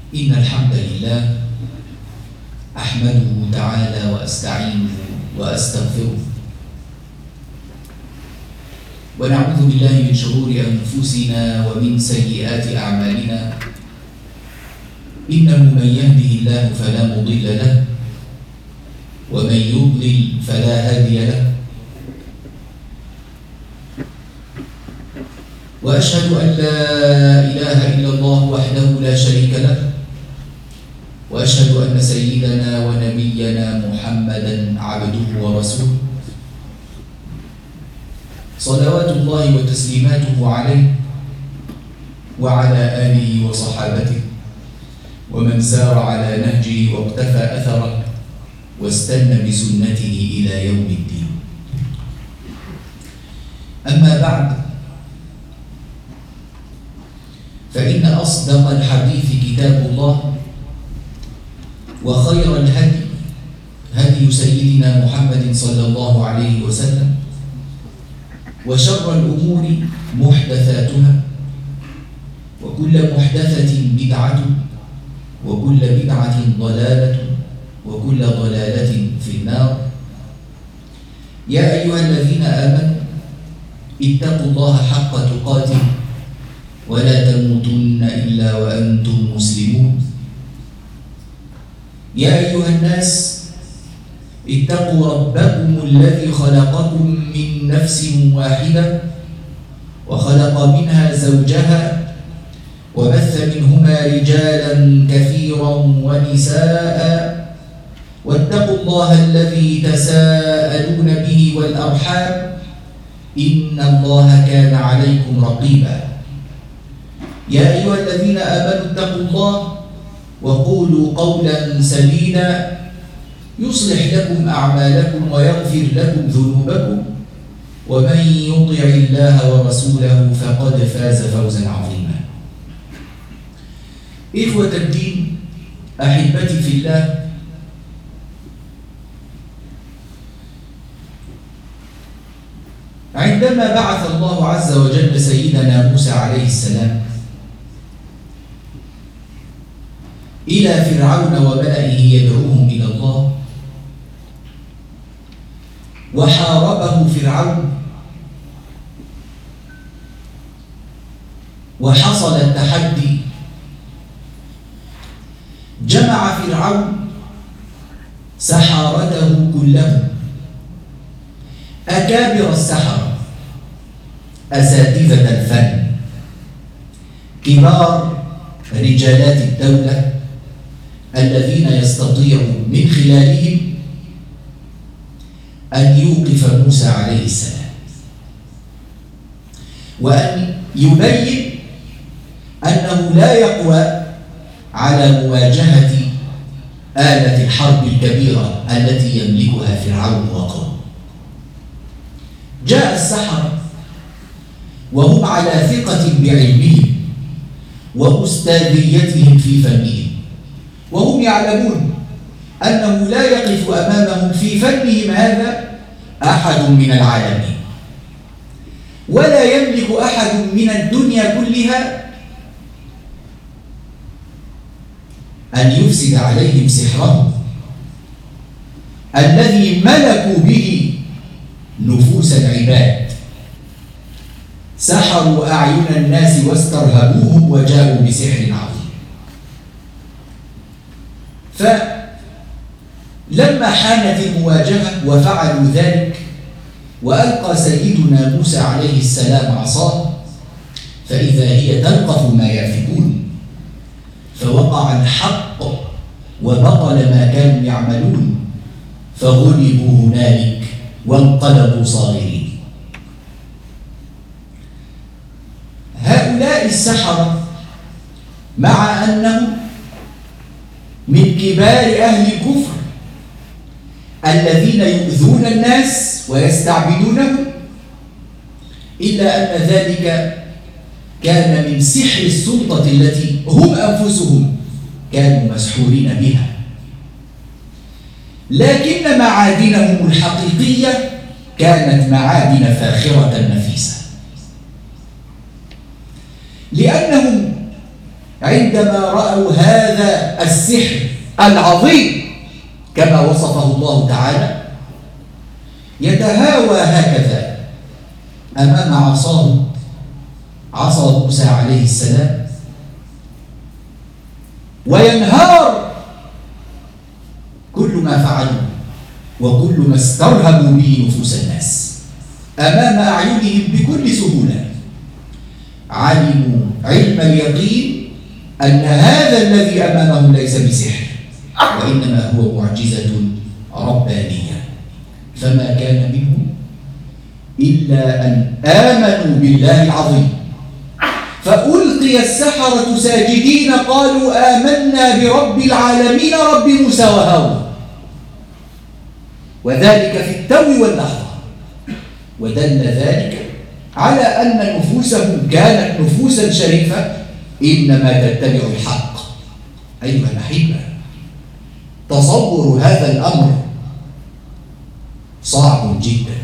إن الحمد لله أحمده تعالى وأستعينه وأستغفره، ونعوذ بالله من شرور أنفسنا ومن سيئات أعمالنا. إنه من يهده الله فلا مضل له، ومن يضلل فلا هادي له. وأشهد أن لا إله إلا الله وحده لا شريك له، وأشهد أن سيدنا ونبينا محمدا عبده ورسوله، صلوات الله وتسليماته عليه وعلى آله وصحابته ومن سار على نهجه واقتفى أثره واستنى بسنته إلى يوم الدين. أما بعد، فإن أصدق الحديث كتاب الله، وخير الهدي هدي سيدنا محمد صلى الله عليه وسلم، وشر الأمور محدثاتها، وكل محدثة بدعة، وكل بدعة ضلالة، وكل ضلالة في النار. يا أيها الذين آمنوا اتقوا الله حق تقاته ولا تموتن إلا وأنتم مسلمون. يا أيها الناس اتقوا ربكم الذي خلقكم من نفس واحدة، وخلق منها زوجها، وبث منهما رجالا كثيرا ونساء، واتقوا الله الذي تساءلون به والأرحام، إن الله كان عليكم رقيبا. يا أيها الذين آمنوا اتقوا الله وقولوا قولا سديدا يصلح لكم أعمالكم ويغفر لكم ذنوبكم، ومن يطع الله ورسوله فقد فاز فوزا عظيما. إخوة الدين، أحبتي في الله، عندما بعث الله عز وجل سيدنا موسى عليه السلام إلى فرعون وملئه يدعوهم إلى الله، وحاربه فرعون وحصل التحدي، جمع فرعون سحرته كلهم، أكابر السحرة، أساتذة الفن، كبار رجالات الدولة الذين يستطيع من خلالهم أن يوقف موسى عليه السلام، وأن يبين أنه لا يقوى على مواجهة آلة الحرب الكبيرة التي يملكها فرعون وقومه. جاء السحرة وهم على ثقة بعلمهم وأستاذيتهم في فنهم، وهم يعلمون أنه لا يقف أمامهم في فنهم هذا أحد من العالمين، ولا يملك أحد من الدنيا كلها أن يفسد عليهم سحرهم الذي ملكوا به نفوس العباد. سحروا أعين الناس واسترهبوهم وجاءوا بسحر عظيم. فلما حانت المواجهة وفعلوا ذلك، وألقى سيدنا موسى عليه السلام عصاه، فإذا هي تلقف ما يأفكون، فوقع الحق وبطل ما كانوا يعملون، فغلبوا هنالك وانقلبوا صاغرين. هؤلاء السحرة مع أنهم من كبار أهل الكفر الذين يؤذون الناس ويستعبدونهم، إلا أن ذلك كان من سحر السلطة التي هم أنفسهم كانوا مسحورين بها. لكن معادنهم الحقيقية كانت معادن فاخرة نفيسة، لأنهم عندما رأوا هذا السحر العظيم كما وصفه الله تعالى يتهاوى هكذا أمام عصا موسى عليه السلام، وينهار كل ما فعلوا وكل ما استرهبوا به نفوس الناس أمام أعينهم بكل سهولة. علموا علم اليقين أن هذا الذي أمامهم ليس بسحر، وإنما هو معجزة ربانية، فما كان منهم إلا أن آمنوا بالله العظيم. فألقي السحرة ساجدين قالوا آمنا برب العالمين رب موسى وهارون، وذلك في التو واللحظة. ودل ذلك على أن نفوسهم كانت نفوسا شريفة إنما تتبع الحق. أيها الأحبة، تصور هذا الأمر صعب جدا،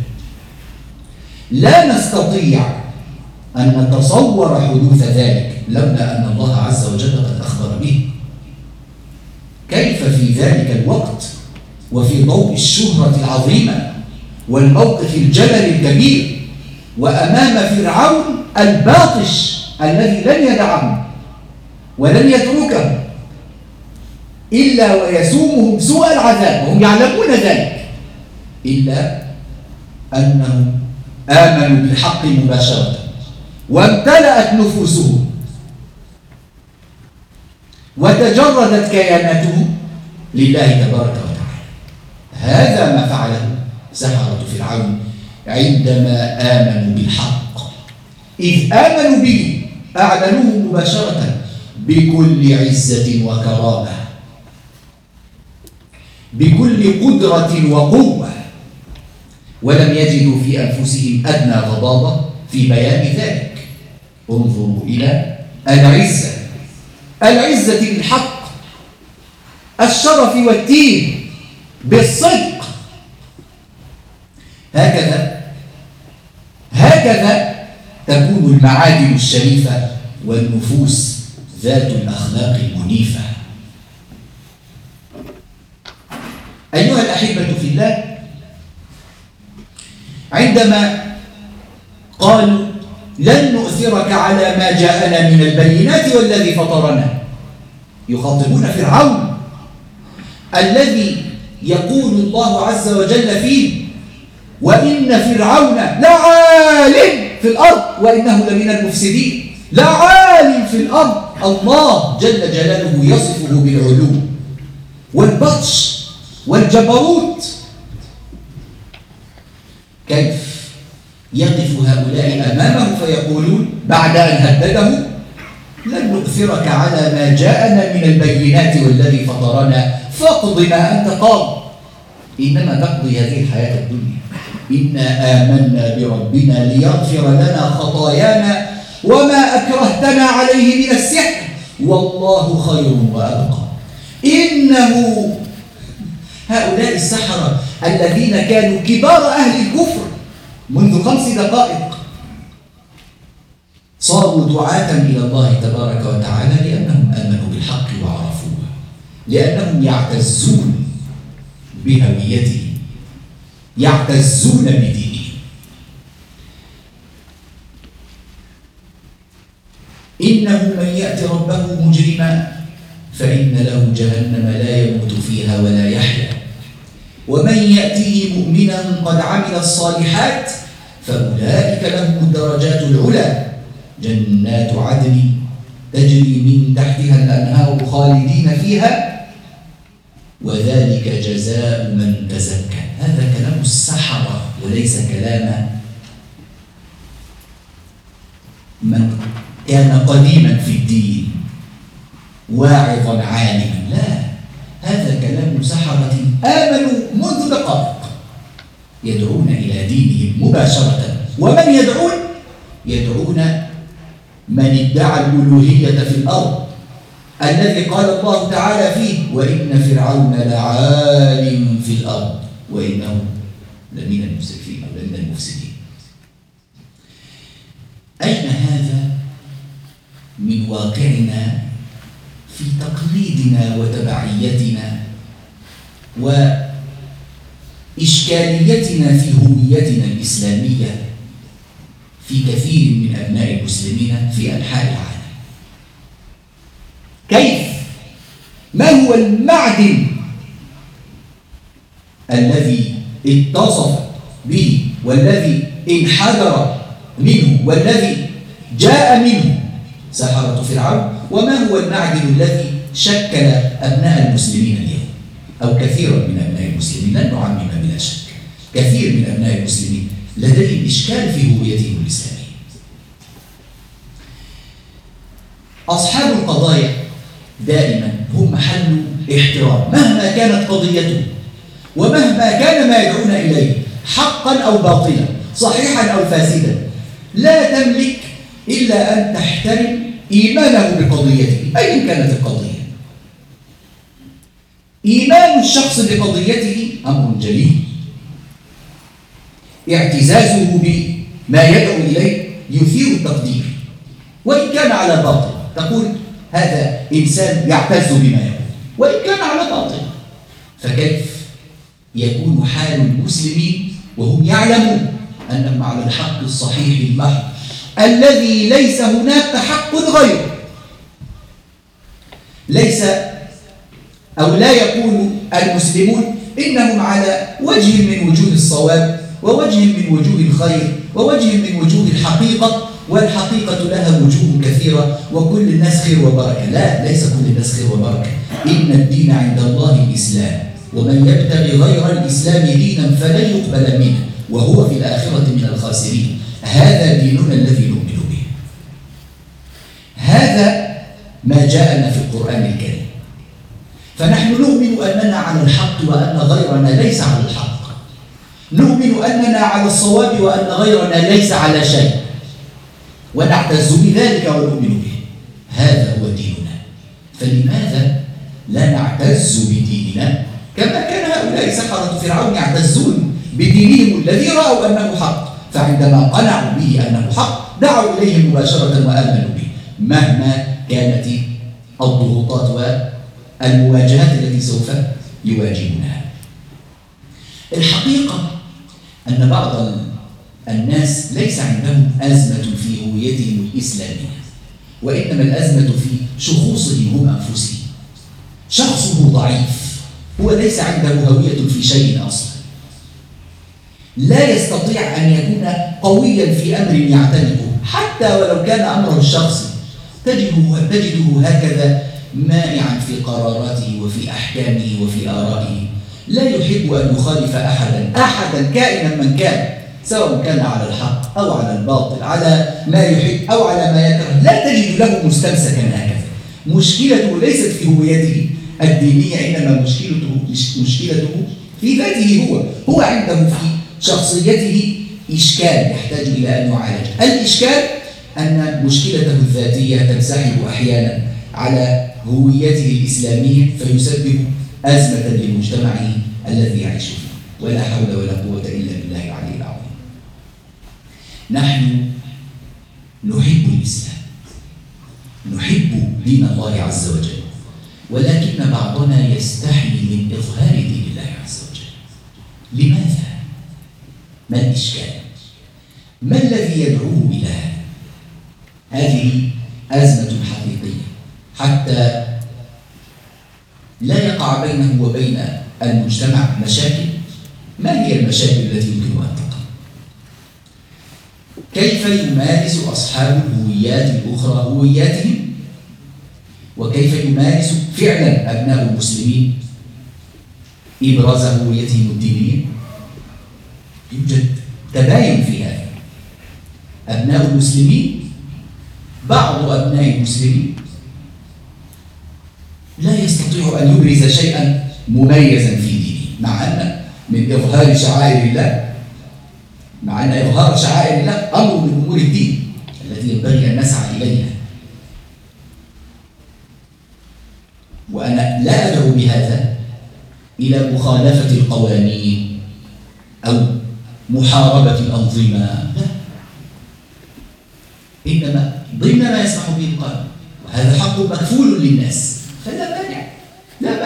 لا نستطيع أن نتصور حدوث ذلك لولا أن الله عز وجل قد أخبر به. كيف في ذلك الوقت وفي ضوء الشهرة العظيمة والموقف الجلل الكبير وأمام فرعون الباطش الذي لن يدعم ولن يتركه إلا ويسومهم سوء العذاب وهم يعلمون ذلك، إلا أنهم آمنوا بالحق مباشرة وامتلأت نفوسهم وتجردت كياناتهم لله تبارك وتعالى. هذا ما فعله سحرة فرعون عندما آمنوا بالحق، إذ آمنوا به أعلنوه مباشرة بكل عزة وكرامة، بكل قدرة وقوة، ولم يجدوا في أنفسهم أدنى غضاضة في بيان ذلك. انظروا إلى العزة بالحق، الشرف والتين بالصدق. هكذا تكون المعادن الشريفة والنفوس ذات الأخلاق المنيفة. أيها الأحبة في الله، عندما قالوا لن نؤثرك على ما جاءنا من البينات والذي فطرنا، يخاطبون فرعون الذي يقول الله عز وجل فيه وإن فرعون لعال في الأرض وإنه لمن المفسدين. لعال في الأرض، الله جل جلاله يصفه بالعلو والبطش والجبروت. كيف يقف هؤلاء أمامه فيقولون بعد أن هدده لن نؤثرك على ما جاءنا من البينات والذي فطرنا فاقض ما أنت قاض، إنما تقضي هذه الحياة الدنيا. إنا آمنا بربنا ليغفر لنا خطايانا وما أكرهتنا عليه من السحر والله خير وأبقى. إنه هؤلاء السحرة الذين كانوا كبار أهل الكفر منذ 5 دقائق صاروا دعاة إلى الله تبارك وتعالى لأنهم آمنوا بالحق وعرفوه، لأنهم يعتزون بهويته، يعتزون بدينه. إنه من يأتي ربه مجرما فإن له جهنم لا يموت فيها ولا يحيا، ومن يأتيه مؤمنا قد عمل الصالحات فأولئك لهم الدرجات العلى جنات عدن تجري من تحتها الأنهار خالدين فيها وذلك جزاء من تزكى. هذا كلام السحرة وليس كلام من كان قديما في الدين واعظا عالما، لا، هذا كلام سحرة آمنوا منذ دقائق يدعون إلى دينهم مباشرة. ومن يدعون من ادعى الألوهية في الأرض الذي قال الله تعالى فيه وإن فرعون لعال في الأرض وإنه لمن المسرفين أو لمن المفسدين. أين هذا من واقعنا تقليدنا وتبعيتنا وإشكاليتنا في هويتنا الإسلامية في كثير من أبناء المسلمين في أنحاء العالم. كيف؟ ما هو المعدن الذي اتصف به والذي انحدر منه والذي جاء منه سحرة فرعون؟ وما هو المعدن الذي شكل أبناء المسلمين اليوم أو كثيرا من أبناء المسلمين؟ لن نعمم بلا شك، كثير من أبناء المسلمين لديهم إشكال في هويتهم الإسلامية. أصحاب القضايا دائما هم محل احترام مهما كانت قضيتهم ومهما كان ما يدعون إليه حقا أو باطلا، صحيحا أو فاسدا، لا تملك إلا أن تحترم إيمانه بقضيته أيا كانت القضية. إيمان الشخص بقضيته أمر جليل، اعتزازه بما يدعو إليه يثير التقدير وإن كان على باطل، تقول هذا إنسان يعتز بما يقول وإن كان على باطل. فكيف يكون حال المسلمين وهم يعلمون أنهم على الحق الصحيح المحض الذي ليس هناك حق غيره؟ ليس أو لا يقول المسلمون إنهم على وجه من وجوه الصواب ووجه من وجوه الخير ووجه من وجوه الحقيقة، والحقيقة لها وجوه كثيرة وكل الناس خير وبركة. لا، ليس كل الناس خير وبركة. إن الدين عند الله الإسلام ومن يبتغي غير الإسلام دينا فلن يقبل منه وهو في الآخرة من الخاسرين. هذا ديننا الذي نؤمن به، هذا ما جاءنا في القرآن الكريم. فنحن نؤمن أننا على الحق وأن غيرنا ليس على الحق، نؤمن أننا على الصواب وأن غيرنا ليس على شيء، ونعتز بذلك ونؤمن به. هذا هو ديننا. فلماذا لا نعتز بديننا كما كان هؤلاء سحرة فرعون يعتزون بدينهم الذي رأوا أنه حق؟ فعندما قنعوا به أنه حق دعوا إليه مباشرة وآمنوا به مهما كانت الضغوطات والمواجهات التي سوف يواجهونها. الحقيقة أن بعض الناس ليس عندهم أزمة في هويتهم الإسلامية، وإنما الأزمة في شخوصهم هم أنفسهم. شخصه ضعيف، هو ليس عنده هوية في شيء أصلا، لا يستطيع أن يكون قويا في أمر يعتنقه حتى ولو كان أمره الشخصي. تجده هكذا مائعا في قراراته وفي أحكامه وفي آرائه، لا يحب أن يخالف أحدا كائنا من كان، سواء كان على الحق أو على الباطل، على ما يحب أو على ما يكره. لا تجد له مستمسكا هكذا. مشكلته ليست في هويته الدينية، إنما مشكلته في ذاته. هو عنده في شخصيته إشكال يحتاج إلى أن يعالج. الإشكال أن مشكلته الذاتية تنسحب أحيانا على هويته الإسلامية فيسبب أزمة للمجتمع الذي يعيش فيه. ولا حول ولا قوة إلا بالله العلي العظيم. نحن نحب الإسلام، نحب دين الله عز وجل، ولكن بعضنا يستحي من إظهار دين الله عز وجل. لماذا؟ ما الإشكال؟ ما الذي يدعوه إلى هذا؟ هذه أزمة حقيقية حتى لا يقع بينه وبين المجتمع مشاكل. ما هي المشاكل التي يمكن أن تقع؟ كيف يمارس أصحاب الهويات الأخرى هوياتهم؟ وكيف يمارس فعلا أبناء المسلمين إبراز هويتهم الدينية؟ يوجد تباين في هذا. أبناء المسلمين، بعض أبناء المسلمين لا يستطيع أن يبرز شيئا مميزا في دينه، مع أن من إظهار شعائر الله، مع أن إظهار شعائر الله أمر من أمور الدين التي ينبغي أن نسعى إليها. وأنا لا أدعو بهذا إلى مخالفة القوانين أو محاربة الأنظمة، لا، إنما ضمن ما يسمح به القانون، وهذا حق مكفول للناس، فلا مانع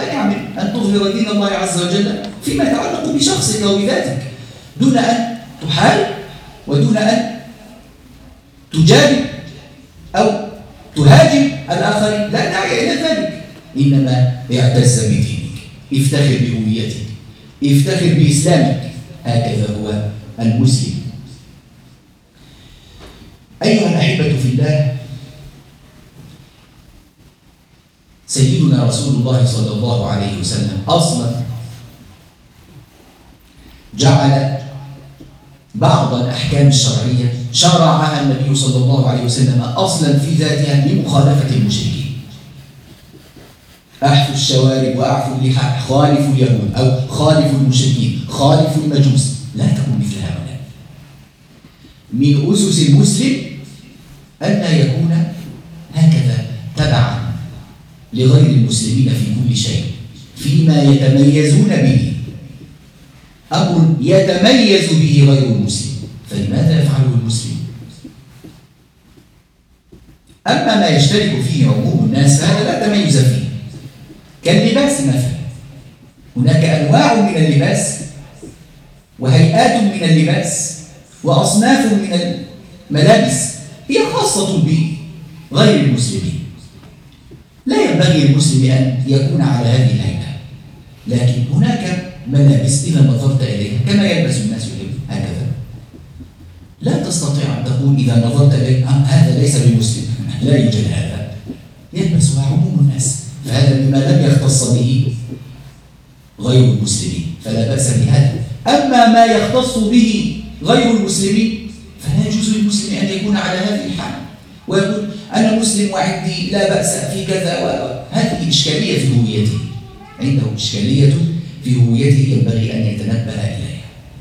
مانع من أن تظهر دين الله عز وجل فيما يتعلق بشخصك وبذاتك دون أن تحارب ودون أن تجادل أو تهاجم الآخرين. لا داعي إلى ذلك، إنما اعتز بدينك، افتخر بهويتك، افتخر بإسلامك. هكذا هو المسلم. أيها الأحبة في الله، سيدنا رسول الله صلى الله عليه وسلم أصلا جعل بعض الأحكام الشرعية شرعها النبي صلى الله عليه وسلم أصلا في ذاتها لمخالفة المشركين. أحفوا الشوارب وأعفوا اللحى، خالفوا اليهود أو خالفوا المشركين، خالفوا المجوس، لا تكون مثل هؤلاء. من أسس المسلم أن يكون هكذا تبعا لغير المسلمين في كل شيء، فيما يتميزون به، أمر يتميز به غير المسلم، فلماذا يفعله المسلم؟ أما ما يشترك فيه عموم الناس فهذا لا تميز فيه، كاللباس مثلا. هناك أنواع من اللباس وهيئات من اللباس وأصناف من الملابس هي خاصة بغير المسلمين، لا ينبغي المسلم أن يكون على هذه الهيئة. لكن هناك ملابس إذا نظرت إليها كما يلبس الناس هكذا، لا تستطيع أن تقول إذا نظرت إليه هذا ليس بمسلم، لا يوجد هذا، يلبسها عموم الناس، فهذا بما لم يختص به غير المسلمين فلا بأس بهذا. أما ما يختص به غير المسلمين فلا يجوز للمسلم أن يكون على هذه الحال ويقول أنا مسلم وعندي لا بأس في كذا هذه إشكالية في هويته، عنده إشكالية في هويته ينبغي أن يتنبه إليها.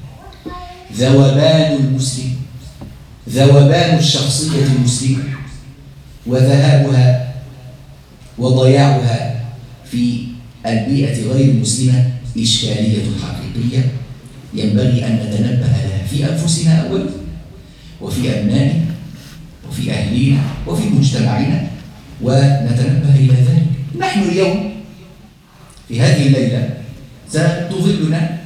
ذوبان المسلم، ذوبان الشخصية المسلمة وذهابها وضياعها في البيئة غير المسلمة إشكالية حقيقية ينبغي أن نتنبه لها في أنفسنا أولا، وفي أبنائنا، وفي أهلنا، وفي مجتمعنا، ونتنبه إلى ذلك. نحن اليوم في هذه الليلة ستظلنا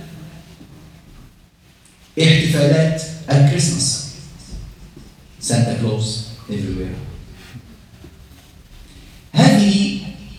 احتفالات الكريسماس، سانتا كلوز everywhere. هذه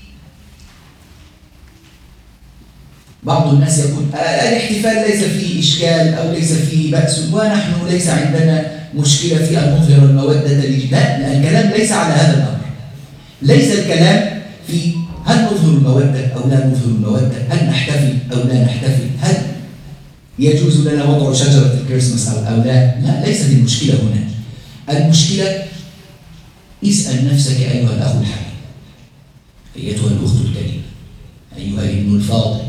بعض الناس يقول الاحتفال ليس فيه إشكال أو ليس فيه بأس، ونحن ليس عندنا مشكلة في أن نظهر المودة لا، الكلام ليس على هذا الأمر. ليس الكلام في هل نظهر المودة أو لا نظهر المودة، هل نحتفل أو لا نحتفل، هل يجوز لنا وضع شجرة الكريسماس أو لا. لا، ليست المشكلة هنا. المشكلة اسأل نفسك أيها الأخ الحبيب، أيتها الأخت الكريمة، أيها الابن الفاضل،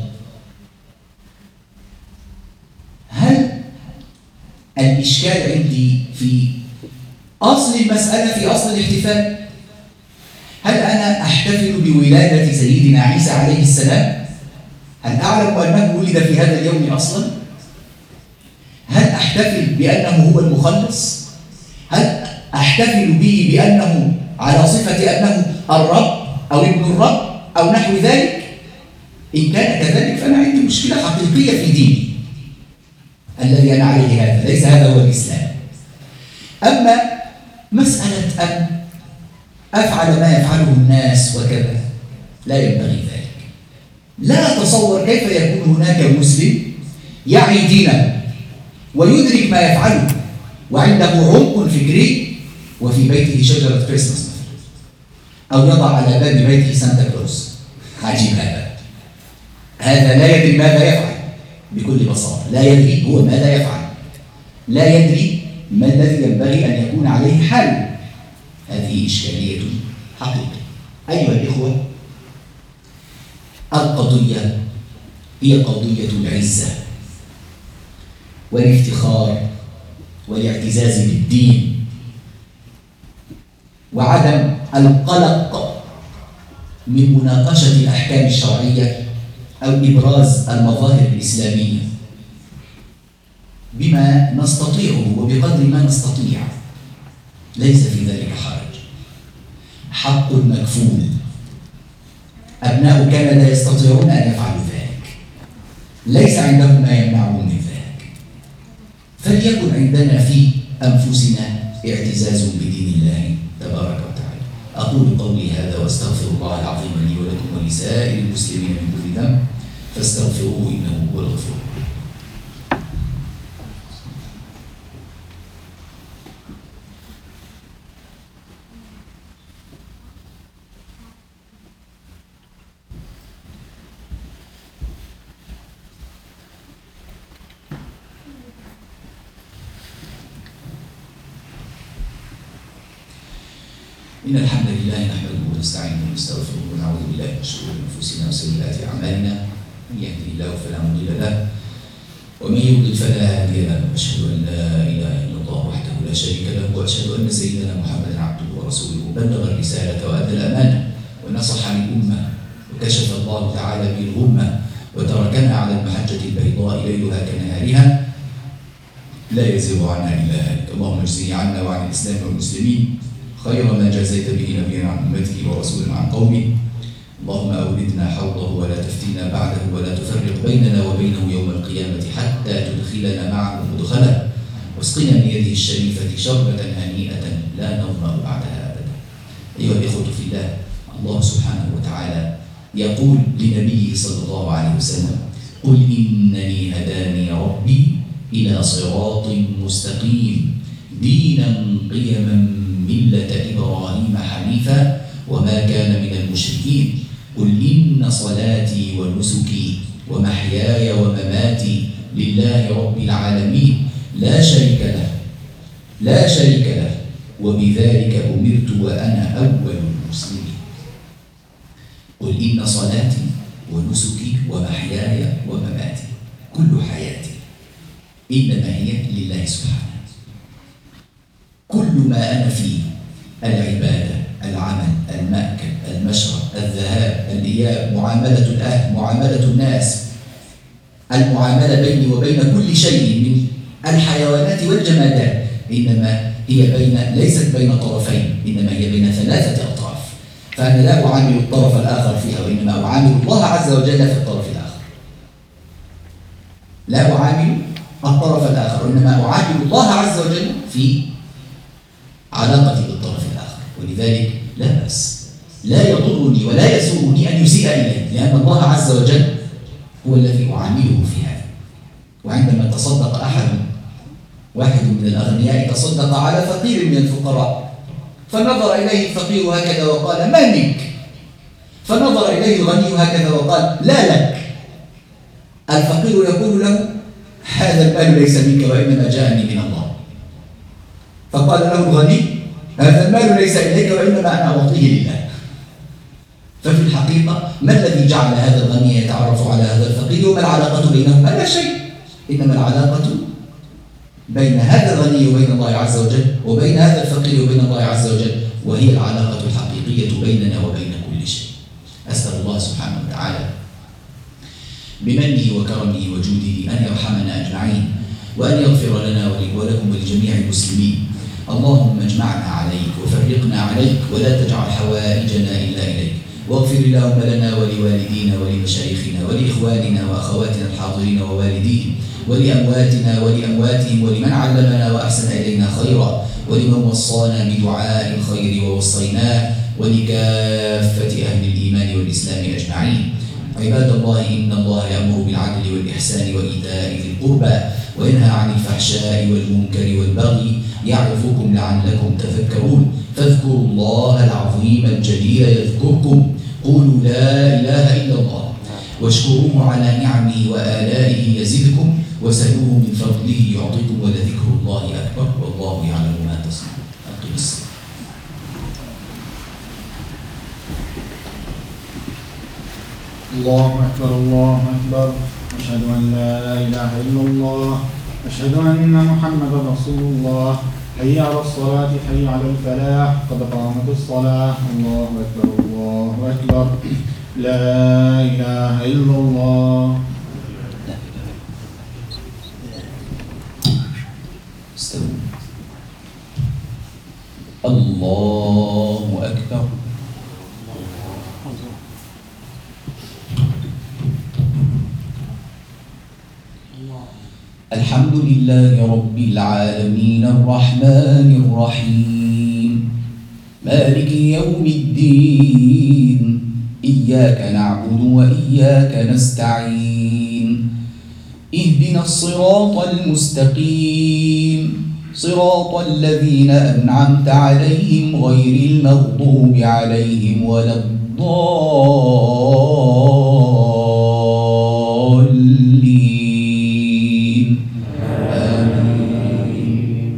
هل الإشكال عندي في أصل المسألة، في أصل الاحتفال؟ هل أنا أحتفل بولادة سيدنا عيسى عليه السلام؟ هل أعلم أنه ولد في هذا اليوم أصلا؟ هل أحتفل بأنه هو المخلص؟ هل أحتفل به بأنه على صفة أنه الرب أو ابن الرب أو نحو ذلك؟ إن كان كذلك فأنا عندي مشكلة حقيقية في ديني الذي أنا عليه هذا، ليس هذا هو الإسلام. أما مسألة أن أفعل ما يفعله الناس وكذا لا ينبغي ذلك. لا أتصور كيف يكون هناك مسلم يعي دينه ويدرك ما يفعله وعنده عمق فكري وفي بيته شجرة كريسماس مثلا، أو يضع على باب بيته سانتا كلوز. عجيب هذا لا يدري ماذا يفعل بكل بساطة، لا يدري هو ماذا يفعل، لا يدري ما الذي ينبغي أن يكون عليه حال. هذه إشكالية حقيقية. أيها الإخوة، القضية هي قضية العزة والافتخار والاعتزاز بالدين وعدم القلق من مناقشة الأحكام الشرعية أو إبراز المظاهر الإسلامية بما نستطيعه وبقدر ما نستطيع، ليس في ذلك حرج. حق مكفول أبناؤك لا يستطيعون أن يفعلوا ذلك، ليس عندهم ما يمنعهم من ذلك. فليكن عندنا في أنفسنا اعتزاز بدين الله تبارك وتعالى. أقول قولي هذا وأستغفر الله العظيم لي ولكم ولسائر المسلمين من كل ذنب فاستغفروه إنه هو الغفور. إن الحمد لله نحمده ونستعينه ونستغفره ونعوذ بالله من شرور أنفسنا وسيئات أعمالنا، من يهده الله فلا مضل له ومن يضلل فلا هادي له، وأشهد أن لا إله إلا الله وحده لا شريك له، وأشهد أن سيدنا محمدا عبده ورسوله بلغ الرسالة وأدى الأمانة ونصح للأمة وكشف الله تعالى به الغمة وتركنا على المحجة البيضاء ليلها كنهارها لا يزيغ عنها إلا هالك. اللهم اجزه عنا وعن الإسلام والمسلمين خير ما جازيت به نبيا عن امته ورسولا عن قومه. اللهم اوردنا حوضه ولا تفتنا بعده ولا تفرق بيننا وبينه يوم القيامه حتى تدخلنا معه مدخله، واسقنا من يده الشريفه شربه هنيئه لا نظمأ بعدها ابدا. ايها الاخوه في الله، الله سبحانه وتعالى يقول لنبيه صلى الله عليه وسلم: قل انني هداني ربي الى صراط مستقيم دينا قيما ملة إبراهيم حنيفا وما كان من المشركين. قل إن صلاتي ونسكي ومحياي ومماتي لله رب العالمين لا شريك له وبذلك أمرت وأنا أول المسلمين. قل إن صلاتي ونسكي ومحياي ومماتي، كل حياتي إنما هي لله سبحانه. كل ما أنا فيه، العبادة، العمل، المأكل، المشرب، الذهاب، الإياب، معاملة الأهل، معاملة الناس، المعاملة بيني وبين كل شيء من الحيوانات والجمادات، إنما هي ليست بين طرفين، إنما هي بين ثلاثة أطراف. فأنا لا أعامل الطرف الآخر فيها، وإنما أعامل الله عز وجل في الطرف الآخر. لا أعامل الطرف الآخر، وإنما أعامل الله عز وجل في علاقتي بالطرف الآخر. ولذلك لا بأس، لا يضرني ولا يسوءني أن يسيء إلي، لأن الله عز وجل هو الذي أعامله في هذا. وعندما تصدق واحد من الأغنياء تصدق على فقير من الفقراء، فنظر إليه الفقير هكذا وقال: ما منك؟ فنظر إليه الغني هكذا وقال: لا لك. الفقير يقول له: هذا المال ليس منك وإنما جاءني من الله. فقال له الغني: هذا المال ليس إليك وإنما أنا أعطيه لله. ففي الحقيقة ما الذي جعل هذا الغني يتعرف على هذا الفقير وما العلاقة بينهما؟ لا شيء، إنما العلاقة بين هذا الغني وبين الله عز وجل، وبين هذا الفقير وبين الله عز وجل، وهي العلاقة الحقيقية بيننا وبين كل شيء. أسأل الله سبحانه وتعالى بمنه وكرمه وجوده أن يرحمنا أجمعين، وأن يغفر لنا ولكم ولجميع المسلمين. اللهم اجمعنا عليك وفرقنا عليك، ولا تجعل حوائجنا إلا إليك. واغفر اللهم لنا ولوالدينا ولمشايخنا ولإخواننا وأخواتنا الحاضرين ووالديهم، ولأمواتنا ولأمواتهم، ولمن علمنا وأحسن إلينا خيرا، ولمن وصانا بدعاء الخير ووصيناه، ولكافة أهل الإيمان والإسلام أجمعين. عباد الله، إن الله يأمر بالعدل والإحسان وإيتاء ذي القربى وينهى عن الفحشاء والمنكر والبغي يعظكم لعلكم تذكرون. فاذكروا الله العظيم الجليل يذكركم. قولوا لا إله إلا الله واشكروه على نعمه وآلائه يزدكم، وسلوه من فضله يعطيكم، ولذكر الله أكبر، والله يعلم ما تصنعون. أقم الصلاة. الله أكبر الله أكبر، أشهد أن لا إله إلا الله، أشهد أن محمدا رسول الله. حي على الصلاة، حي على الفلاح، قد قامت الصلاة. الله أكبر الله أكبر، لا إله إلا الله. استووا. الله أكبر. الحمد لله رب العالمين الرحمن الرحيم مالك يوم الدين إياك نعبد وإياك نستعين اهدنا الصراط المستقيم صراط الذين أنعمت عليهم غير المغضوب عليهم ولا الضالين آمين.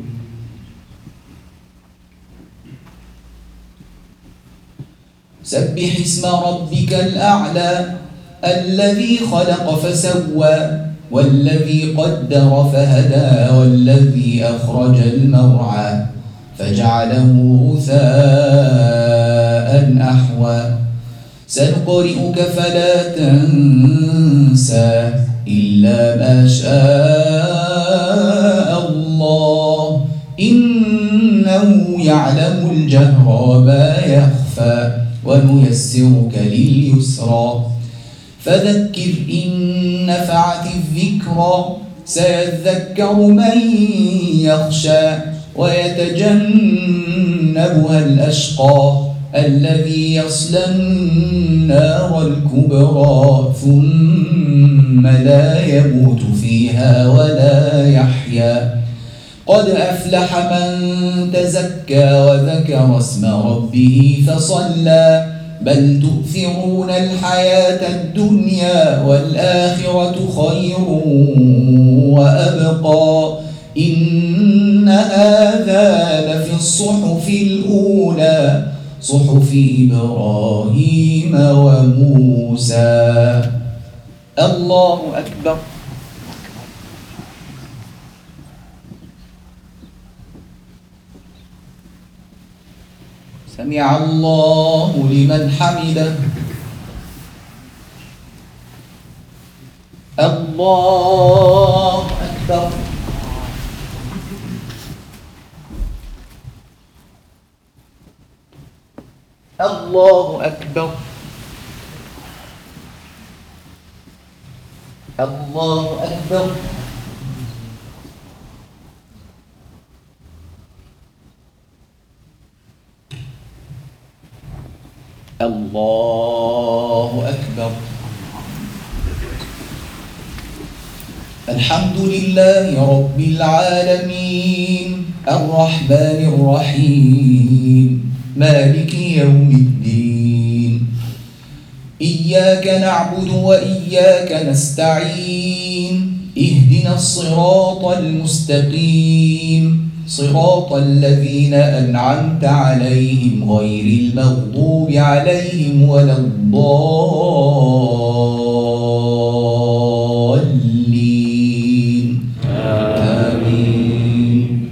سبح اسم ربك الأعلى الذي خلق فسوى والذي قدر فهدى والذي أخرج المرعى فجعله غثاء أحوى سنقرئك فلا تنسى إلا ما شاء الله إنه يعلم الجهر وما يخفى ونيسرك لليسرى فذكر إن نفعت الذكرى سيذكر من يخشى ويتجنبها الأشقى الذي يصلى النار الكبرى ثم لا يموت فيها ولا يحيا قد أفلح من تزكى وذكر اسم ربه فصلى بل تؤثرون الحياة الدنيا والآخرة خير وأبقى إن هذا لفي الصحف الأولى صحف إبراهيم وموسى. الله أكبر. سمع الله لمن حمده. الله أكبر. الله أكبر. الله أكبر. الله أكبر. الحمد لله رب العالمين الرحمن الرحيم مالك يوم الدين إياك نعبد وإياك نستعين اهدنا الصراط المستقيم صراط الذين أنعمت عليهم غير المغضوب عليهم ولا الضالين آمين.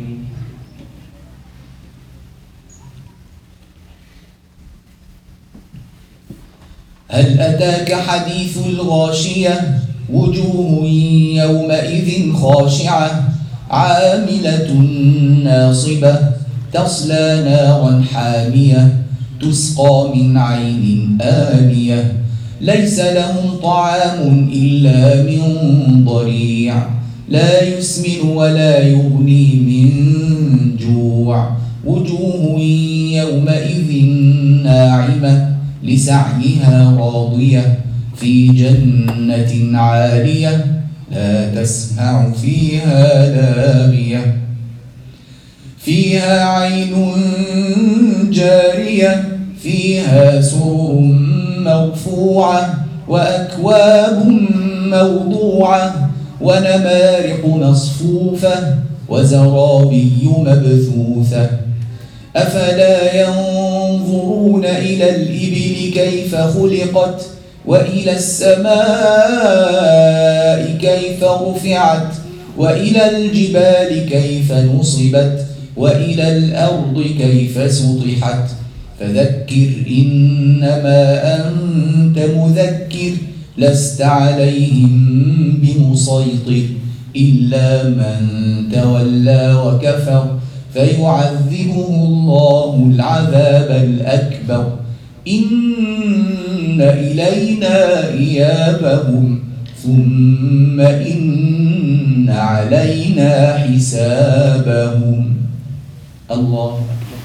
هل أتاك حديث الغاشية وجوه يومئذ خاشعة عاملة ناصبة تصلى نارا حامية تسقى من عين آنية ليس لهم طعام إلا من ضريع لا يسمن ولا يغني من جوع وجوه يومئذ ناعمة لسعيها راضية في جنة عالية لا تسمع فيها لاغية فيها عين جارية فيها سرر مرفوعة وأكواب موضوعة ونمارق مصفوفة وزرابي مبثوثة أفلا ينظرون إلى الإبل كيف خلقت وإلى السماء كيف رفعت وإلى الجبال كيف نصبت وإلى الأرض كيف سطحت فذكر إنما أنت مذكر لست عليهم بمسيطر إلا من تولى وكفر فيعذبه الله العذاب الأكبر إن إلينا إيابهم ثم إن علينا حسابهم. الله أكبر.